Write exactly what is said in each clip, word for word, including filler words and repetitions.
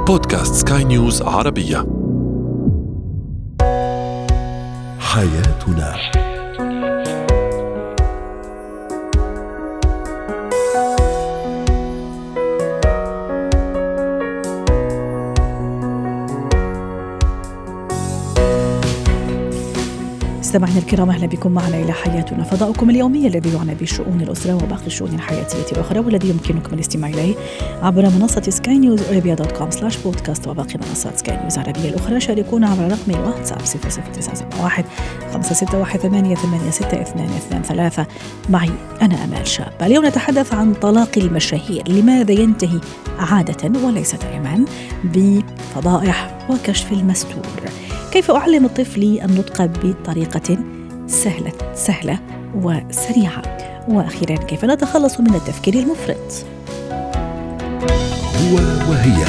بودكاست سكاي نيوز عربية. حياتنا. مستمعينا الكرام، أهلا بكم معنا إلى حياتنا، فضاؤكم اليومي الذي يعنى بشؤون الأسرة وباقي الشؤون الحياتية الأخرى، والذي يمكنكم الاستماع إليه عبر منصة سكاي نيوز عربية دوت كوم سلاش بودكاست وباقي منصات سكاي نيوز عربية الأخرى. شاركونا عبر رقم الواتساب صفر صفر تسعة سبعة واحد خمسة ستة واحد ثمانية ثمانية ستة اثنان اثنان ثلاثة. معي أنا أمال شاب. اليوم نتحدث عن طلاق المشاهير، لماذا ينتهي عادة وليس دائما بفضائح وكشف المستور؟ كيف أعلم طفلي النطق بطريقة سهلة سهلة وسريعة؟ وأخيرا كيف نتخلص من التفكير المفرط؟ هو وهي.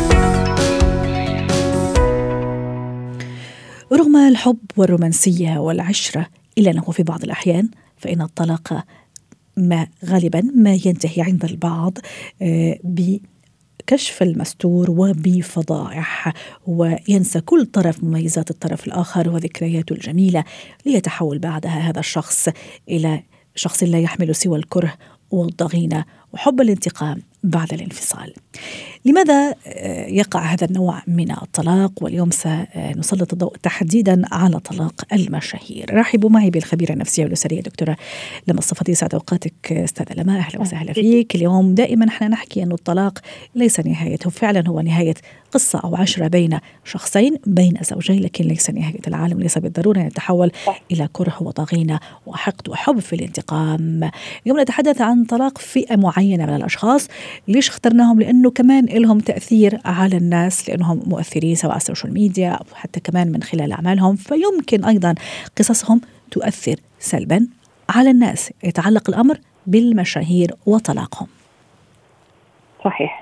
رغم الحب والرومانسية والعشرة، إلا أنه في بعض الأحيان فإن الطلاق ما غالبا ما ينتهي عند البعض ب كشف المستور وبفضائح، وينسى كل طرف مميزات الطرف الآخر وذكرياته الجميلة، ليتحول بعدها هذا الشخص إلى شخص لا يحمل سوى الكره والضغينة وحب الانتقام بعد الانفصال. لماذا يقع هذا النوع من الطلاق؟ واليوم سنسلط الضوء تحديدا على طلاق المشاهير. رحبوا معي بالخبيرة النفسية والأسرية دكتورة لما الصفتي. سعد أوقاتك أستاذة لما، أهلا وسهلا فيك. اليوم دائما احنا نحكي أن الطلاق ليس نهايته، فعلا هو نهاية قصة أو عشرة بين شخصين، بين زوجين، لكن ليس نهاية العالم، ليس بالضرورة أن يتحول إلى كره وضغينة وحقد وحب في الانتقام. اليوم نتحدث عن طلاق فئة معينة من الأشخاص. ليش اخترناهم؟ لأنه كمان لهم تأثير على الناس، لأنهم مؤثرين سواء على السوشيال ميديا أو حتى كمان من خلال أعمالهم، فيمكن أيضا قصصهم تؤثر سلبا على الناس. يتعلق الأمر بالمشاهير وطلاقهم. صحيح.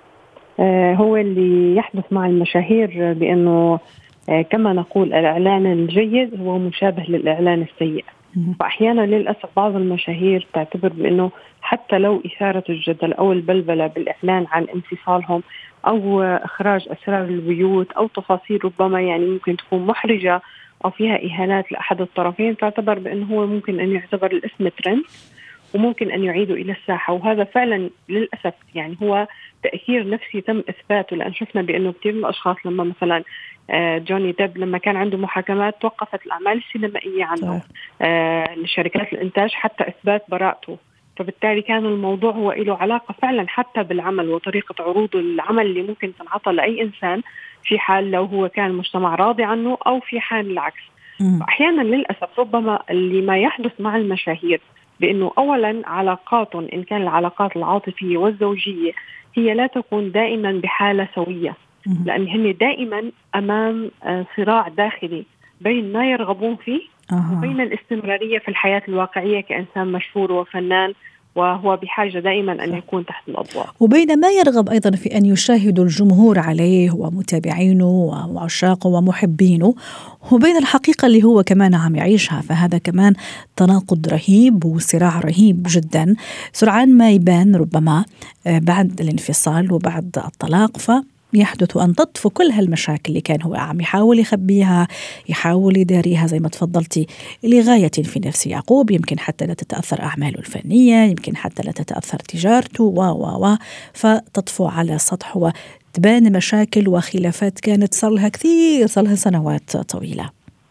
آه هو اللي يحدث مع المشاهير بأنه آه كما نقول الإعلان الجيد هو مشابه للإعلان السيء. فأحيانا للأسف بعض المشاهير تعتبر بأنه حتى لو إثارة الجدل أو البلبلة بالإعلان عن انفصالهم أو إخراج أسرار البيوت أو تفاصيل ربما يعني ممكن تكون محرجة أو فيها إهانات لأحد الطرفين، تعتبر بأنه هو ممكن أن يعتبر الاسم ترند وممكن أن يعيدوا إلى الساحة. وهذا فعلا للأسف يعني هو تأثير نفسي تم إثباته، لأن شفنا بأنه كثير من الأشخاص لما مثلا جوني ديب لما كان عنده محاكمات توقفت الأعمال السينمائية عنه آه لشركات الإنتاج حتى إثبات براءته. فبالتالي كان الموضوع هو له علاقة فعلا حتى بالعمل وطريقة عروض العمل اللي ممكن تنعطى لأي إنسان في حال لو هو كان المجتمع راضي عنه أو في حال العكس. أحيانا للأسف ربما اللي ما يحدث مع المشاهير بأنه أولا علاقاتهم إن كان العلاقات العاطفية والزوجية هي لا تكون دائما بحالة سوية، لأن هن دائما أمام صراع داخلي بين ما يرغبون فيه أه. وبين الاستمرارية في الحياة الواقعية كإنسان مشهور وفنان وهو بحاجة دائما أن يكون تحت الأضواء، وبين ما يرغب أيضا في أن يشاهد الجمهور عليه ومتابعينه وعشاقه ومحبينه، وبين الحقيقة اللي هو كمان عم يعيشها. فهذا كمان تناقض رهيب وصراع رهيب جدا، سرعان ما يبان ربما بعد الانفصال وبعد الطلاق، ف يحدث أن تطفو كل هالمشاكل اللي كان هو عم يحاول يخبيها، يحاول يداريها زي ما تفضلتي لغاية في نفس يعقوب. يمكن حتى لا تتأثر أعماله الفنية، يمكن حتى لا تتأثر تجارته و و و فتطفو على السطح وتبان مشاكل وخلافات كانت صار لها كثير، صار لها سنوات طويلة.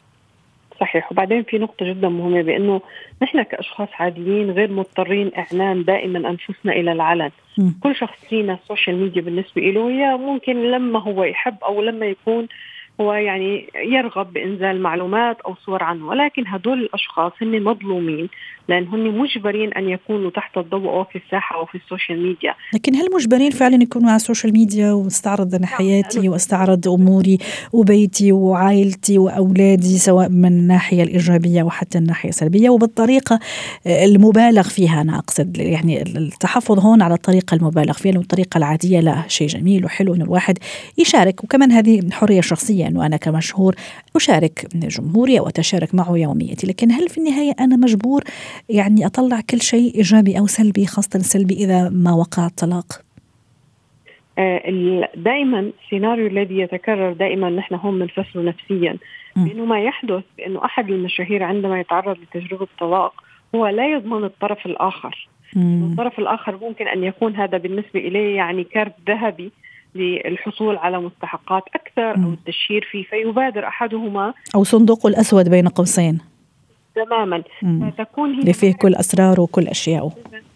صحيح. وبعدين في نقطة جدا مهمة بأنه نحن كأشخاص عاديين غير مضطرين إعلان دائما أنفسنا إلى العلن. م. كل شخص فينا السوشيال ميديا بالنسبة له هي ممكن لما هو يحب أو لما يكون هو يعني يرغب بإنزال معلومات أو صور عنه، ولكن هدول الأشخاص هن مظلومين لأن هن مجبرين أن يكونوا تحت الضوء أو في الساحة أو في السوشيال ميديا. لكن هل مجبرين فعلا يكونوا على السوشيال ميديا واستعرض أنا حياتي واستعرض أموري وبيتي وعائلتي وأولادي سواء من الناحية الإيجابية وحتى الناحية السلبية وبالطريقة المبالغ فيها؟ أنا أقصد يعني التحفظ هون على الطريقة المبالغ فيها، والطريقة العادية لا، شيء جميل وحلو إنه الواحد يشارك، وكمان هذه حرية شخصية أنه أنا كمشهور أشارك جمهوري أو أتشارك معه يوميتي. لكن هل في النهاية أنا مجبور يعني أطلع كل شيء إيجابي أو سلبي، خاصة سلبي إذا ما وقع الطلاق؟ دائما السيناريو الذي يتكرر دائما نحن هم بنفسره نفسيا، بأنه ما يحدث بأنه أحد المشاهير عندما يتعرض لتجربة طلاق هو لا يضمن الطرف الآخر. الطرف الآخر ممكن أن يكون هذا بالنسبة إليه يعني كارت ذهبي للحصول على مستحقات أكثر أو التشهير فيه، فيبادر أحدهما، أو صندوق الأسود بين قوسين تماما، فتكون هي اللي فيه كل أسراره وكل أشياءه.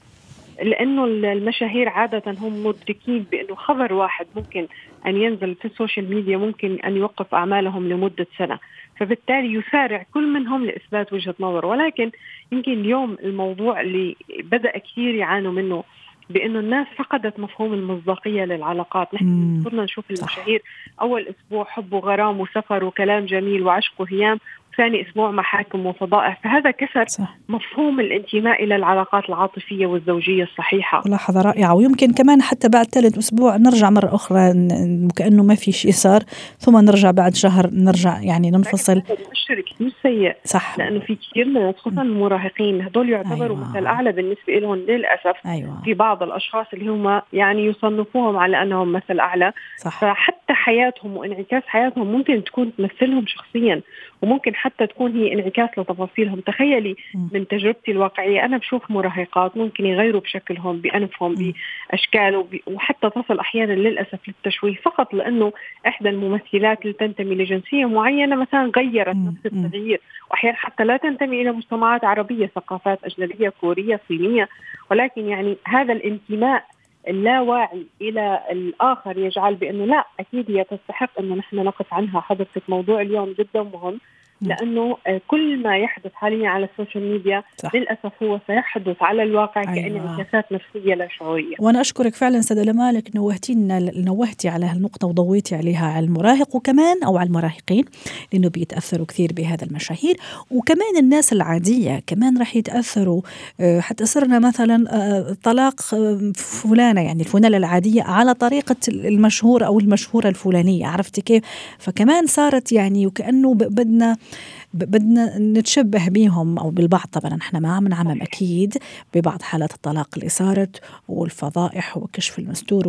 لأنه المشاهير عادة هم مدركين بأنه خبر واحد ممكن أن ينزل في السوشيال ميديا ممكن أن يوقف أعمالهم لمدة سنة، فبالتالي يسارع كل منهم لإثبات وجهة نظر. ولكن يمكن اليوم الموضوع اللي بدأ كثير يعانوا منه بأنه الناس فقدت مفهوم المصداقية للعلاقات. نحن صرنا نشوف المشاهير أول أسبوع حب وغرام وسفر وكلام جميل وعشق وهيام، ثاني أسبوع محاكم وفضائح، فهذا كسر صح. مفهوم الانتماء إلى العلاقات العاطفية والزوجية الصحيحة. ملاحظة رائعة. ويمكن كمان حتى بعد ثالث أسبوع نرجع مرة أخرى وكأنه ما في شيء صار، ثم نرجع بعد شهر نرجع يعني ننفصل. مؤشر كثير سيء صح. لأنه في كثير ناس خصوصا المراهقين هدول يعتبروا أيوة. مثل أعلى بالنسبة لهم للأسف. أيوة. في بعض الأشخاص اللي هم يعني يصنفوهم على أنهم مثل أعلى. صح. فحتى حياتهم وانعكاس حياتهم ممكن تكون تمثلهم شخصيا، وممكن حتى تكون هي انعكاس لتفاصيلهم. تخيلي من تجربتي الواقعية أنا بشوف مراهقات ممكن يغيروا بشكلهم بأنفهم بأشكال وحتى تصل أحيانا للأسف للتشويه فقط لأنه إحدى الممثلات اللي تنتمي لجنسية معينة مثلا غيرت نفس التغيير، وأحيانا حتى لا تنتمي إلى مجتمعات عربية، ثقافات أجنبية كورية صينية. ولكن يعني هذا الانتماء اللاواعي إلى الآخر يجعل بأنه لا أكيد هي تستحق أنه نحن نقف عنها. حضرتك موضوع اليوم جدا مهم، لأنه كل ما يحدث حاليا على السوشيال ميديا صح. للأسف هو سيحدث على الواقع أيوة. كانعكاسات نفسية لا شعورية. وأنا أشكرك فعلا سيدة مالك، نوهتينا نوهتي على هالنقطة وضويتي عليها على المراهق وكمان أو على المراهقين، لأنه بيتأثروا كثير بهذا المشاهير، وكمان الناس العادية كمان رح يتأثروا. حتى صرنا مثلا طلاق فلانة يعني الفلانة العادية على طريقة المشهور أو المشهورة الفلانية، عرفتي كيف؟ فكمان صارت يعني وكأنه بدنا بدنا نتشبه بيهم أو بالبعض. طبعا نحن ما عم نعمم أكيد ببعض حالات الطلاق اللي صارت والفضائح وكشف المستور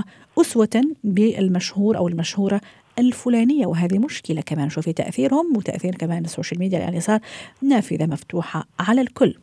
وأسوة بالمشهور أو المشهورة الفلانية، وهذه مشكلة كمان. شوفي تأثيرهم وتأثير كمان السوشيال ميديا يعني صار نافذة مفتوحة على الكل.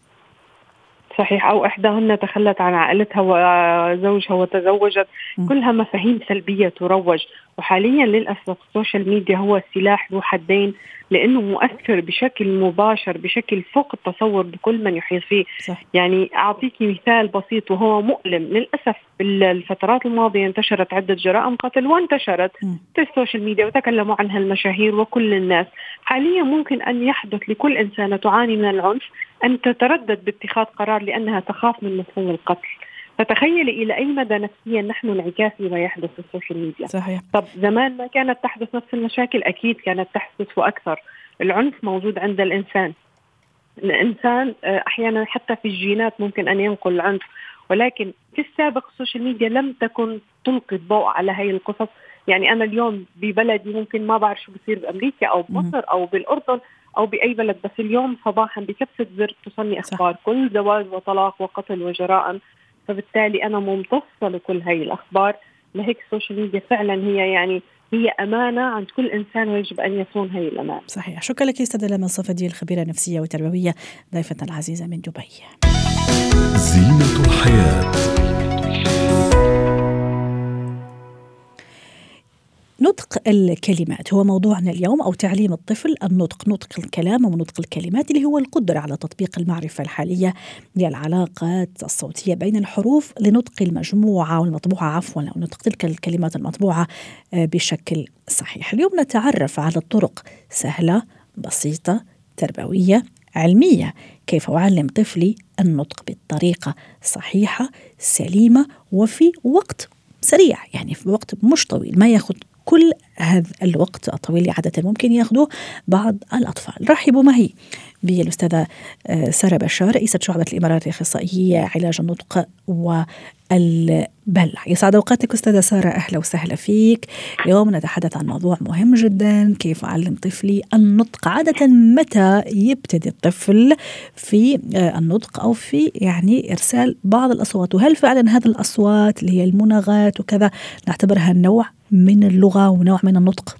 صحيح. أو إحداهن تخلت عن عائلتها وزوجها وتزوجت. م. كلها مفاهيم سلبية تروج. وحاليا للأسف السوشيال ميديا هو سلاح ذو حدين، لأنه مؤثر بشكل مباشر بشكل فوق التصور بكل من يحيط فيه. صح. يعني أعطيكي مثال بسيط وهو مؤلم. للأسف بالفترات الماضية انتشرت عدة جرائم قتل وانتشرت م. في السوشيال ميديا وتكلموا عنها المشاهير وكل الناس. حاليا ممكن أن يحدث لكل إنسانة تعاني من العنف أن تتردد باتخاذ قرار لأنها تخاف من مفهوم القتل. فتخيلي إلى أي مدى نفسيا نحن انعكاس لما يحدث في السوشيال ميديا. صحيح. طب زمان ما كانت تحدث نفس المشاكل؟ أكيد كانت تحدث وأكثر. العنف موجود عند الإنسان. الإنسان أحيانا حتى في الجينات ممكن أن ينقل العنف، ولكن في السابق السوشيال ميديا لم تكن تلقي الضوء على هاي القصص. يعني أنا اليوم ببلدي ممكن ما بعرف شو بصير بأمريكا أو بمصر أو بالأردن أو بأي بلد، بس اليوم صباحا بكبسة زر تصني أخبار صح. كل زواج وطلاق وقتل وجرائم. فبالتالي أنا ممتصة لكل هاي الأخبار. لهيك السوشيال ميديا فعلا هي يعني هي أمانة عند كل إنسان ويجب أن يصون هاي الأمانة. صحيح. شكرا لك أستاذة لمى الصفدي الخبيرة النفسية والتربوية ضيفتنا العزيزة من دبي. زينة الحياة. نطق الكلمات هو موضوعنا اليوم، أو تعليم الطفل النطق، نطق الكلام ونطق الكلمات، اللي هو القدرة على تطبيق المعرفة الحالية للعلاقات الصوتية بين الحروف لنطق المجموعة والمطبوعة عفوا أو نطق تلك الكلمات المطبوعة بشكل صحيح. اليوم نتعرف على طرق سهلة بسيطة تربوية علمية كيف أعلم طفلي النطق بالطريقة صحيحة سليمة وفي وقت سريع، يعني في وقت مش طويل، ما ياخذ كل هذا الوقت الطويل عادة ممكن ياخذوه بعض الأطفال. رحبوا معي بالأستاذة سارة بشار، رئيسة شعبة الإمارات الأخصائية علاج النطق والبلع. يسعد أوقاتك أستاذة سارة، أهلا وسهلا فيك. اليوم نتحدث عن موضوع مهم جدا، كيف أعلم طفلي النطق. عادة متى يبتدي الطفل في النطق أو في يعني إرسال بعض الأصوات؟ وهل فعلا هذه الأصوات اللي هي المناغات وكذا نعتبرها نوع من اللغة ونوع من النطق؟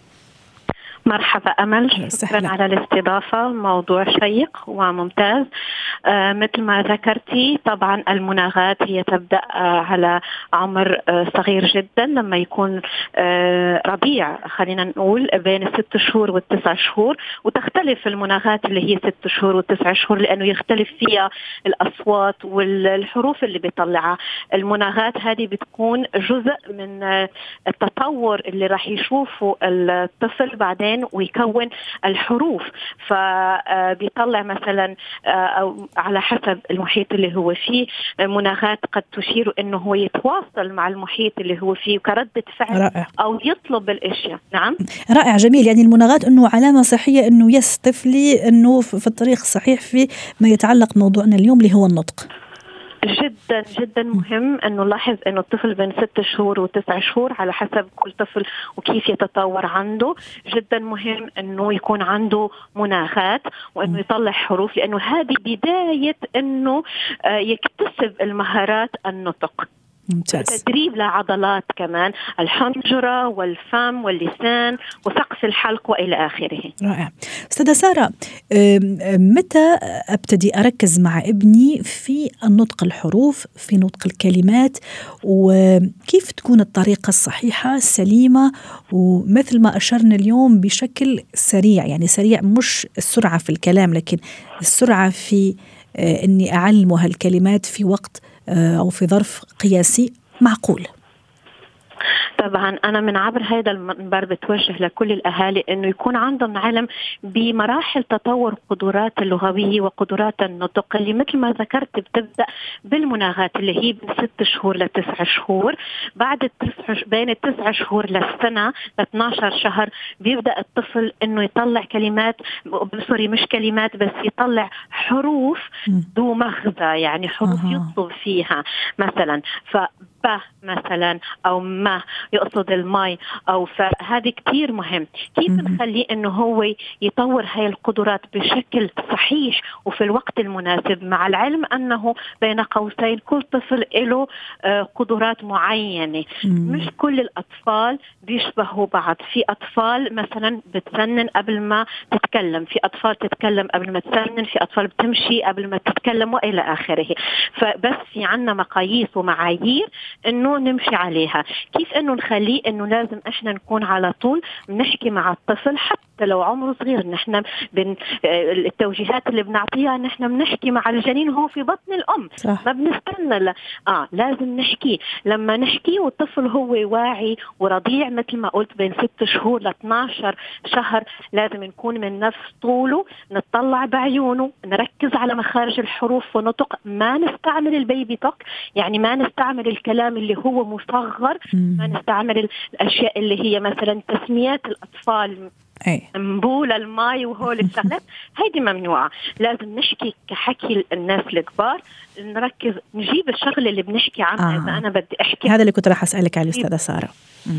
مرحبا أمل، شكرا على الاستضافة. موضوع شيق وممتاز. آه مثل ما ذكرتي طبعا المناغات هي تبدأ آه على عمر آه صغير جدا، لما يكون آه رضيع، خلينا نقول بين الست شهور والتسع شهور، وتختلف المناغات اللي هي ست شهور والتسع شهور لأنه يختلف فيها الأصوات والحروف اللي بيطلعها. المناغات هذه بتكون جزء من آه التطور اللي راح يشوفه الطفل بعدين ويكون الحروف. فبيطلع مثلا أو على حسب المحيط اللي هو فيه مناغات قد تشير انه هو يتواصل مع المحيط اللي هو فيه كردة فعل رائع. او يطلب الاشياء. نعم رائع جميل. يعني المناغات انه علامة صحية انه يس طفلي انه في الطريق الصحيح في ما يتعلق موضوعنا اليوم اللي هو النطق. جدا جدا مهم انه نلاحظ انه الطفل بين ست شهور وتسع شهور على حسب كل طفل وكيف يتطور عنده. جدا مهم انه يكون عنده مناغات وانه يطلع حروف، لانه هذه بداية انه يكتسب المهارات النطق. ممتاز. تدريب لعضلات كمان الحنجرة والفم واللسان وسقف الحلق وإلى آخره. رائع. أستاذة سارة، متى أبتدي أركز مع ابني في النطق الحروف، في نطق الكلمات، وكيف تكون الطريقة الصحيحة السليمة؟ ومثل ما أشرنا اليوم بشكل سريع، يعني سريع مش السرعة في الكلام لكن السرعة في أني أعلمه هالكلمات في وقت أو في ظرف قياسي معقول. طبعا أنا من عبر هذا المنبر بتوجه لكل الأهالي إنه يكون عندهم علم بمراحل تطور قدرات اللغوية وقدرات النطق، اللي مثل ما ذكرت بتبدأ بالمناغات اللي هي من ست شهور لتسع شهور. بعد التسع بين التسع شهور للسنة ل اثني عشر شهر بيبدأ الطفل إنه يطلع كلمات، سوري مش كلمات بس، يطلع حروف ذو مغزى، يعني حروف يطلب فيها مثلا ف ب مثلا أو ما يقصد الماء أو فهذه كتير مهم. كيف نخليه إنه هو يطور هاي القدرات بشكل صحيح وفي الوقت المناسب، مع العلم أنه بين قوسين كل طفل له قدرات معينة. مش كل الأطفال بيشبهوا بعض. في أطفال مثلا بتسنن قبل ما تتكلم، في أطفال تتكلم قبل ما تسنن، في أطفال بتمشي قبل ما تتكلم وإلى آخره. فبس في عنا مقاييس ومعايير انه نمشي عليها. كيف انه نخليه انه لازم احنا نكون على طول بنحكي مع الطفل حتى لو عمره صغير. نحن بن التوجيهات اللي بنعطيها نحن بنحكي مع الجنين وهو في بطن الام، صح. ما بنستنى ل... اه لازم نحكي. لما نحكي والطفل هو واعي ورضيع مثل ما قلت بين ست شهور ل اثني عشر شهر، لازم نكون من نفس طوله، نطلع بعيونه، نركز على مخارج الحروف ونطق، ما نستعمل البيبي توك، يعني ما نستعمل الكلام اللي هو مصغر، ما نستعمل الأشياء اللي هي مثلا تسميات الأطفال، أي. مبول الماء وهول الشغلات هيدي ممنوعة. لازم نحكي كحكي الناس الكبار، نركز نجيب الشغل اللي بنحكي عنه. آه. إذا أنا بدي أحكي هذا اللي كنت راح أسألك عليه أستاذة سارة.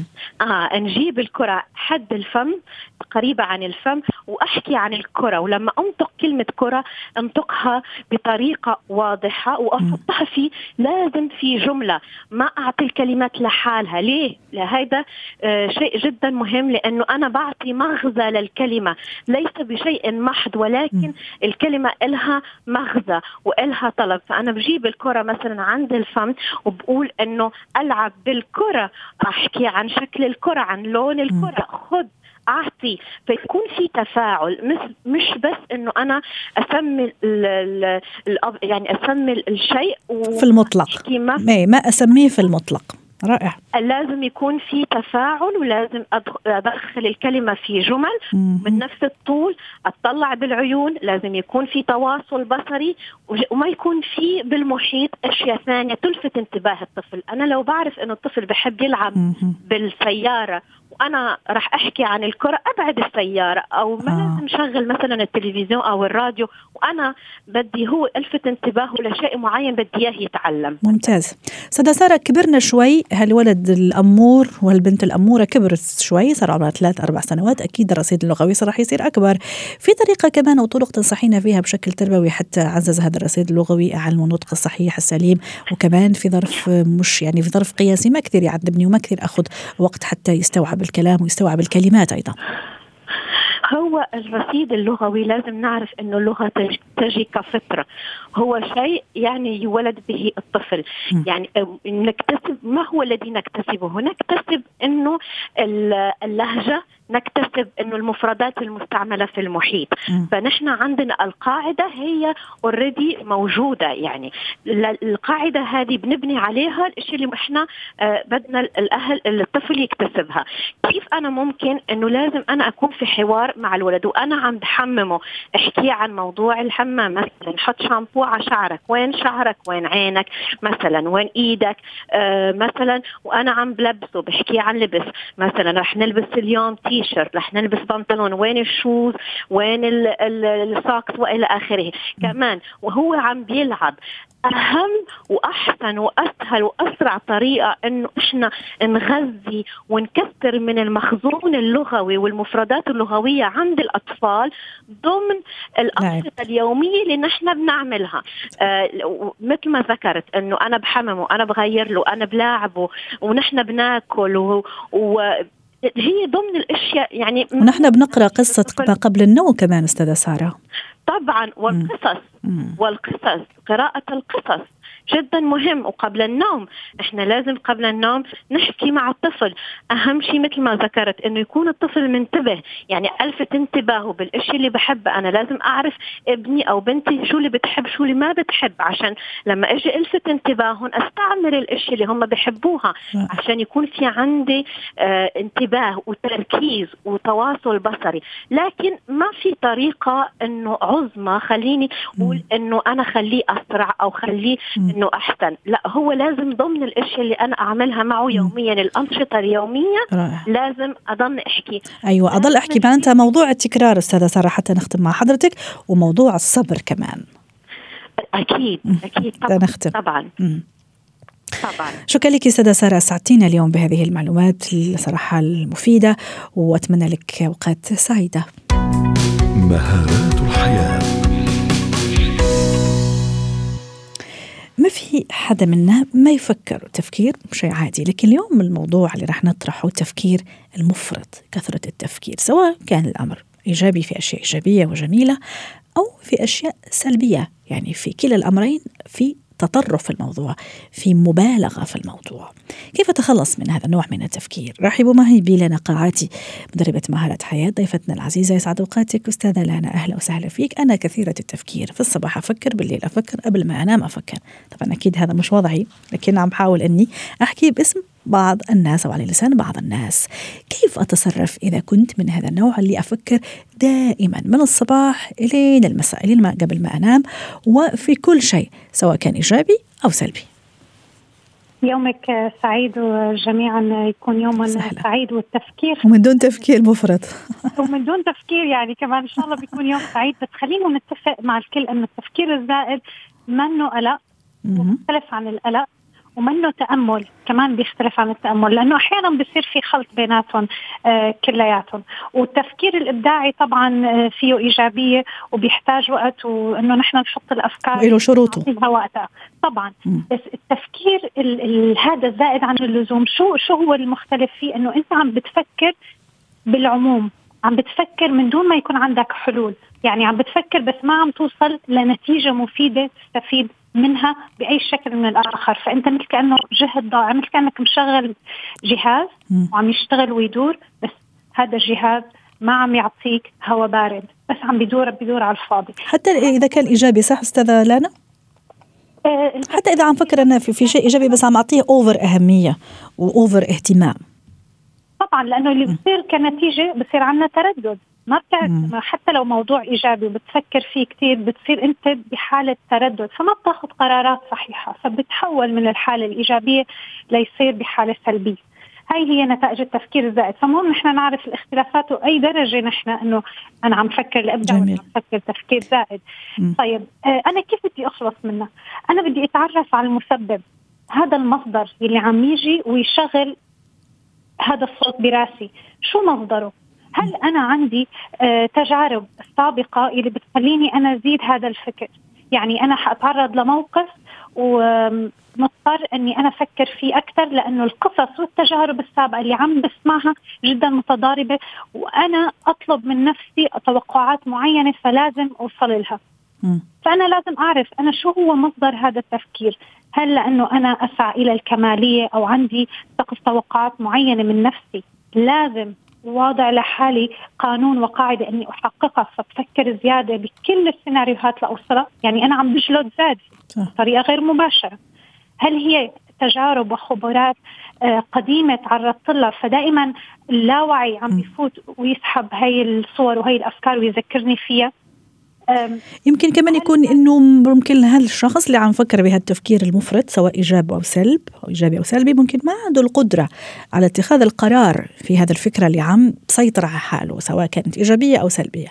آه نجيب الكرة حد الفم، قريبة عن الفم، وأحكي عن الكرة. ولما أنطق كلمة كرة أنطقها بطريقة واضحة وأحطها في لازم في جملة، ما أعطي الكلمات لحالها. ليه؟ لهذا آه شيء جدا مهم، لأنه أنا بعطي مغزى للكلمة، ليس بشيء محض، ولكن م. الكلمة إلها مغزى وإلها طلب. فأنا بجيب الكرة مثلا عند الفم وبقول أنه ألعب بالكرة، أحكي عن شكل الكرة، عن لون الكرة، خد أعطي، فيكون في تفاعل. مش مش بس إنه أنا أسمي ال ال يعني أسمي الشيء في المطلق، ما, ما أسميه في المطلق. رائع. لازم يكون في تفاعل، ولازم أدخل الكلمة في جمل من نفس الطول، أطلع بالعيون، لازم يكون في تواصل بصري، وما يكون في بالمحيط أشياء ثانية تلفت انتباه الطفل. أنا لو بعرف إنه الطفل بحب يلعب بالسيارة أنا راح أحكي عن الكرة أبعد السيارة، أو ما آه. لازم شغل مثلا التلفزيون أو الراديو وأنا بدي هو ألفت انتباهه لشيء معين بدي إياه يتعلم. ممتاز. سادة سارة، كبرنا شوي، هالولد الأمور والبنت الأمورة كبرت شوي، صار عمرها ثلاث أربع سنوات، أكيد الرصيد اللغوي راح يصير أكبر. في طريقة كمان أو طرق تنصحينا فيها بشكل تربوي حتى أعزز هذا الرصيد اللغوي، أعلم النطق الصحيح السليم، وكمان في ظرف مش يعني في ظرف قياسي ما كثير يعذبني وما كثير أخذ وقت حتى يستوعب الكلام ويستوعب الكلمات أيضا؟ هو الرصيد اللغوي لازم نعرف أنه اللغة تجي كفطرة، هو شيء يعني يولد به الطفل. م. يعني نكتسب، ما هو الذي نكتسبه؟ نكتسب أنه اللهجة، نكتسب أنه المفردات المستعملة في المحيط. م. فنحن عندنا القاعدة هي already موجودة، يعني القاعدة هذه بنبني عليها الشيء اللي احنا بدنا الأهل الطفل يكتسبها. كيف أنا ممكن أنه لازم أنا أكون في حوار مع الولد وأنا عم بحممه، احكي عن موضوع الحمام مثلا، حط شامبو على شعرك، وين شعرك، وين عينك مثلا، وين إيدك آه مثلا، وأنا عم بلبسه بحكي عن لبس مثلا، رح نلبس اليوم تي شيرت، رح نلبس بنطلون، وين الشوز، وين الساكس وإلى آخره. كمان وهو عم بيلعب، أهم وأحسن وأسهل وأسرع طريقة إنه إحنا نغذي ونكثر من المخزون اللغوي والمفردات اللغوية عند الأطفال ضمن الأنشطة اليومية اللي نحن بنعملها. آه مثل ما ذكرت إنه أنا بحممه، أنا بغير له، أنا بلاعبه، ونحن بناكل و, و هي ضمن الاشياء يعني. ونحن بنقرأ قصة ما قبل النوم كمان أستاذة سارة. طبعا، والقصص مم. والقصص قراءة القصص جدا مهم. وقبل النوم احنا لازم قبل النوم نحكي مع الطفل. اهم شيء مثل ما ذكرت انه يكون الطفل منتبه، يعني الفت انتباهه بالاشي اللي بحبه. انا لازم اعرف ابني او بنتي شو اللي بتحب شو اللي ما بتحب، عشان لما اجي الفت انتباههم استعمل الاشي اللي هم بيحبوها، عشان يكون في عندي اه انتباه وتركيز وتواصل بصري. لكن ما في طريقة انه عظمى خليني اقول انه انا خليه اسرع او خليه انه احسن، لا، هو لازم ضمن الاشياء اللي انا اعملها معه يوميا، الانشطه اليوميه رائع. لازم اضل احكي. ايوه اضل احكي معناتها موضوع التكرار استاذه ساره حتى نختم مع حضرتك، وموضوع الصبر كمان. اكيد اكيد طبعا نختم. طبعا مم. طبعا. شكرا لك سادة سارة، سعدتينا اليوم بهذه المعلومات الصراحة المفيدة، وأتمنى لك أوقات سعيدة. مهارات الحياة. ما في حدا منا ما يفكر، تفكير شيء عادي، لكن اليوم الموضوع اللي رح نطرحه التفكير المفرط، كثرة التفكير، سواء كان الأمر إيجابي في أشياء إيجابية وجميلة أو في أشياء سلبية، يعني في كلا الأمرين في تطرف في الموضوع، في مبالغة في الموضوع. كيف أتخلص من هذا النوع من التفكير؟ رحبوا معي بلانا قاعاتي، مدربة مهارات حياة، ضيفتنا العزيزة. يسعد أوقاتك أستاذة لانا، أهلا وسهلا فيك. أنا كثيرة التفكير، في الصباح أفكر، بالليل أفكر، قبل ما أنام أفكر. طبعا أكيد هذا مش وضعي، لكن عم حاول أني أحكي باسم بعض الناس أو على لسان بعض الناس. كيف أتصرف إذا كنت من هذا النوع اللي أفكر دائما من الصباح إلى المساء، إلى ما قبل ما أنام، وفي كل شيء سواء كان إيجابي أو سلبي؟ يومك سعيد وجميعا يكون يوم سهلة. سعيد، والتفكير ومن دون تفكير مفرط ومن دون تفكير يعني كمان إن شاء الله بيكون يوم سعيد. بس خلينا نتفق مع الكل أن التفكير الزائد منه قلق، ومختلف عن القلق، ومنه تأمل كمان بيختلف عن التأمل، لأنه أحيانا بيصير في خلط بيناتهم آه كلياتهم. والتفكير الإبداعي طبعا آه فيه إيجابية وبيحتاج وقت، وإنه نحن نحط الأفكار وله شروطه وقتها طبعا. م. بس التفكير ال ال هذا الزائد عن اللزوم، شو شو هو المختلف فيه؟ إنه أنت عم بتفكر بالعموم، عم بتفكر من دون ما يكون عندك حلول، يعني عم بتفكر بس ما عم توصل لنتيجة مفيدة تستفيد منها بأي شكل من الآخر. فأنت مثل كأنه جهد ضائع، مثل كأنك مشغل جهاز وعم يشتغل ويدور، بس هذا الجهاز ما عم يعطيك هواء بارد، بس عم بيدور بيدور على الفاضي. حتى إذا كان إيجابي، صح أستاذة لانا؟ أه حتى إذا عم فكر أنا في, في شيء إيجابي بس عم أعطيه أوفر أهمية وأوفر اهتمام. طبعا لأنه اللي بصير كنتيجة بصير عنا تردد، ما بتعرف. حتى لو موضوع إيجابي وبتفكر فيه كتير، بتصير أنت بحالة تردد، فما بتاخد قرارات صحيحة، فبتحول من الحالة الإيجابية ليصير بحالة سلبية. هاي هي نتائج التفكير الزائد. فمهم نحن نعرف الاختلافات وأي درجة نحن أنه أنا عم فكر لأبدأ ولا عم فكر تفكير زائد. م. طيب آه أنا كيف بدي أخلص منها؟ أنا بدي أتعرف على المسبب، هذا المصدر اللي عم يجي ويشغل هذا الصوت براسي، شو مصدره؟ هل أنا عندي آه تجارب سابقة اللي بتخليني أنا أزيد هذا الفكر؟ يعني أنا حأتعرض لموقف ومضطر أني أنا أفكر فيه أكثر لأنه القصص والتجارب السابقة اللي عم بسمعها جدا متضاربة، وأنا أطلب من نفسي توقعات معينة فلازم أوصل لها. م. فأنا لازم أعرف أنا شو هو مصدر هذا التفكير. هل لأنه أنا أسعى إلى الكمالية أو عندي سقف توقعات معينة من نفسي لازم واضع لحالي قانون وقاعدة أني أحققها فبفكر زيادة بكل السيناريوهات لأوصلها؟ يعني أنا عم بجلد ذات بطريقة غير مباشرة. هل هي تجارب وخبرات قديمة تعرضت لها فدائما اللاوعي عم بيفوت ويسحب هاي الصور وهي الأفكار ويذكرني فيها؟ يمكن كمان يكون إنه ممكن هالشخص اللي عم فكر بهالتفكير المفرط سواء إيجابي أو سلب أو إيجابي أو سلبي ممكن ما عنده القدرة على اتخاذ القرار في هذا الفكرة اللي عم تسيطر على حاله سواء كانت إيجابية أو سلبية.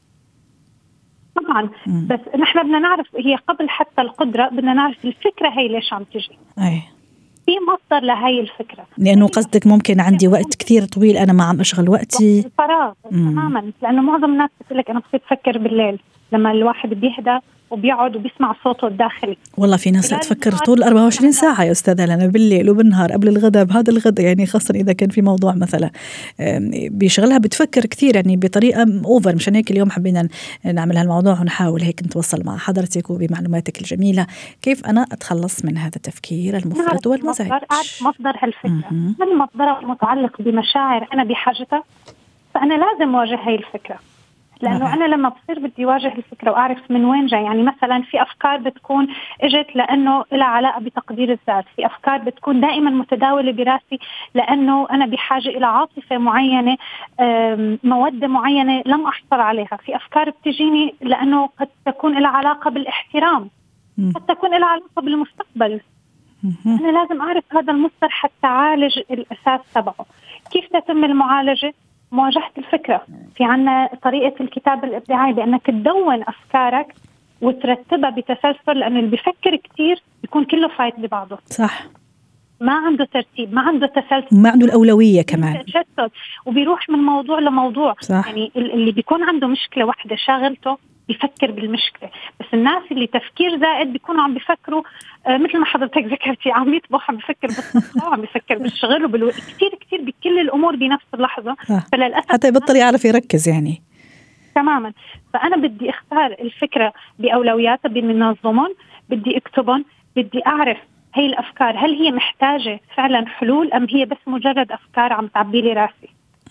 طبعا م. بس نحن بدنا نعرف هي قبل حتى القدرة بدنا نعرف الفكرة هي ليش عم تجي. أي. في مصدر لهاي الفكرة. لأنه قصدك ممكن عندي وقت كثير طويل أنا ما عم أشغل وقتي. فراغ تماما. لأنه معظم الناس بتقول لك أنا بصير أفكر بالليل لما الواحد بيهدى وبيقعد وبيسمع صوته الداخلي. والله في ناس لا تفكر طول أربعة وعشرين ساعة يا أستاذة لنا بالليل وبالنهار قبل الغداء بهذا الغداء، يعني خاصة إذا كان في موضوع مثلا بيشغلها بتفكر كثير يعني بطريقة أوفر. مشان هيك اليوم حبينا نعمل هالموضوع ونحاول هيك نتوصل مع حضرتك وبمعلوماتك الجميلة كيف أنا أتخلص من هذا التفكير المفرط والمزعج. أعرف مصدر هالفكرة، هل مصدره متعلق بمشاعر أنا بحاجتها؟ فأنا لازم أواجه هاي الفكرة، لأنه أنا لما بصير بدي واجه الفكرة وأعرف من وين جاي. يعني مثلا في أفكار بتكون إجت لأنه إلها علاقة بتقدير الذات، في أفكار بتكون دائما متداولة براسي لأنه أنا بحاجة إلى عاطفة معينة، مودة معينة لم أحصل عليها، في أفكار بتجيني لأنه قد تكون إلها علاقة بالاحترام، قد تكون إلها علاقة بالمستقبل. أنا لازم أعرف هذا المصدر حتى أعالج الأساس تبعه. كيف تتم المعالجة؟ مواجهة الفكرة. في عنا طريقة الكتاب الإبداعي بأنك تدون أفكارك وترتبها بتسلسل، لأن اللي بيفكر كتير بيكون كله فايت ببعضه. صح. ما عنده ترتيب، ما عنده تسلسل، ما عنده الأولوية كمان، وبيروح من موضوع لموضوع. صح. يعني اللي بيكون عنده مشكلة واحدة شاغلته بيفكر بالمشكلة، بس الناس اللي تفكير زائد بيكونوا عم بيفكروا آه مثل ما حضرتك ذكرتي عم يطبخ، عم بيفكر بالصحة وعم بيفكر بالشغل وبالو... كتير كتير بكل الأمور بنفس اللحظة. فللأسف حتى يبطل يعرف يركز يعني تماما. فأنا بدي اختار الفكرة بأولوياتها بمنظمهم، بدي اكتبهم، بدي أعرف هاي الأفكار هل هي محتاجة فعلا حلول أم هي بس مجرد أفكار عم تعبي لي راسي.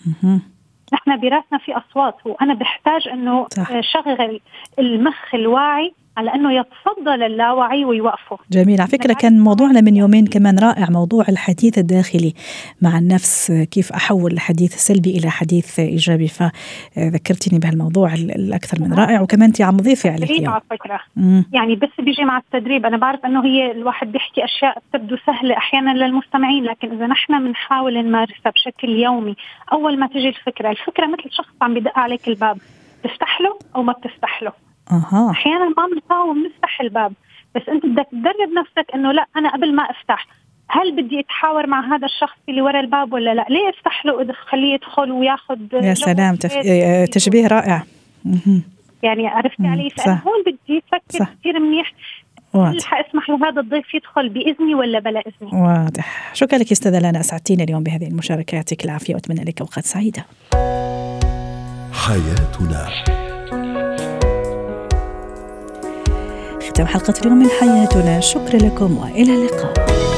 نحن براسنا في أصوات وأنا بحتاج أنه شغل المخ الواعي على أنه يتصدى للاوعي ويوقفه. جميل. على فكرة كان موضوعنا من يومين كمان رائع، موضوع الحديث الداخلي مع النفس، كيف أحول الحديث السلبي إلى حديث إيجابي. فذكرتني بهالموضوع الأكثر من رائع، وكمان أنت عم ضيفي عليه على فكرة. يعني بس بيجي مع التدريب. أنا بعرف أنه هي الواحد بيحكي أشياء تبدو سهلة أحيانا للمستمعين، لكن إذا نحن بنحاول نمارسها بشكل يومي، أول ما تجي الفكرة الفكرة مثل شخص عم بدق عليك الباب، تفتح له أو ما بتفتح له. أها. أحيانا ما بنقاوم نفتح الباب، بس أنت بدك تدرب نفسك إنه لا أنا قبل ما أفتح هل بدي أتحاور مع هذا الشخص اللي ورا الباب ولا لا؟ ليه أفتح له إذا خليه يدخل وياخد. يا سلام تف... تشبيه رائع. يعني عرفتي علي؟ فأنا هون بدي أفكر كثير منيح، هل حأسمح لهذا الضيف يدخل بإذني ولا بلا إذني؟ واضح. شكرا لك أستاذة لانا، أسعدتينا اليوم بهذه المشاركة، يعطيك العافية وأتمنى لك أوقات سعيدة. حياتنا. ختام حلقة اليوم من حياتنا، شكرا لكم وإلى اللقاء.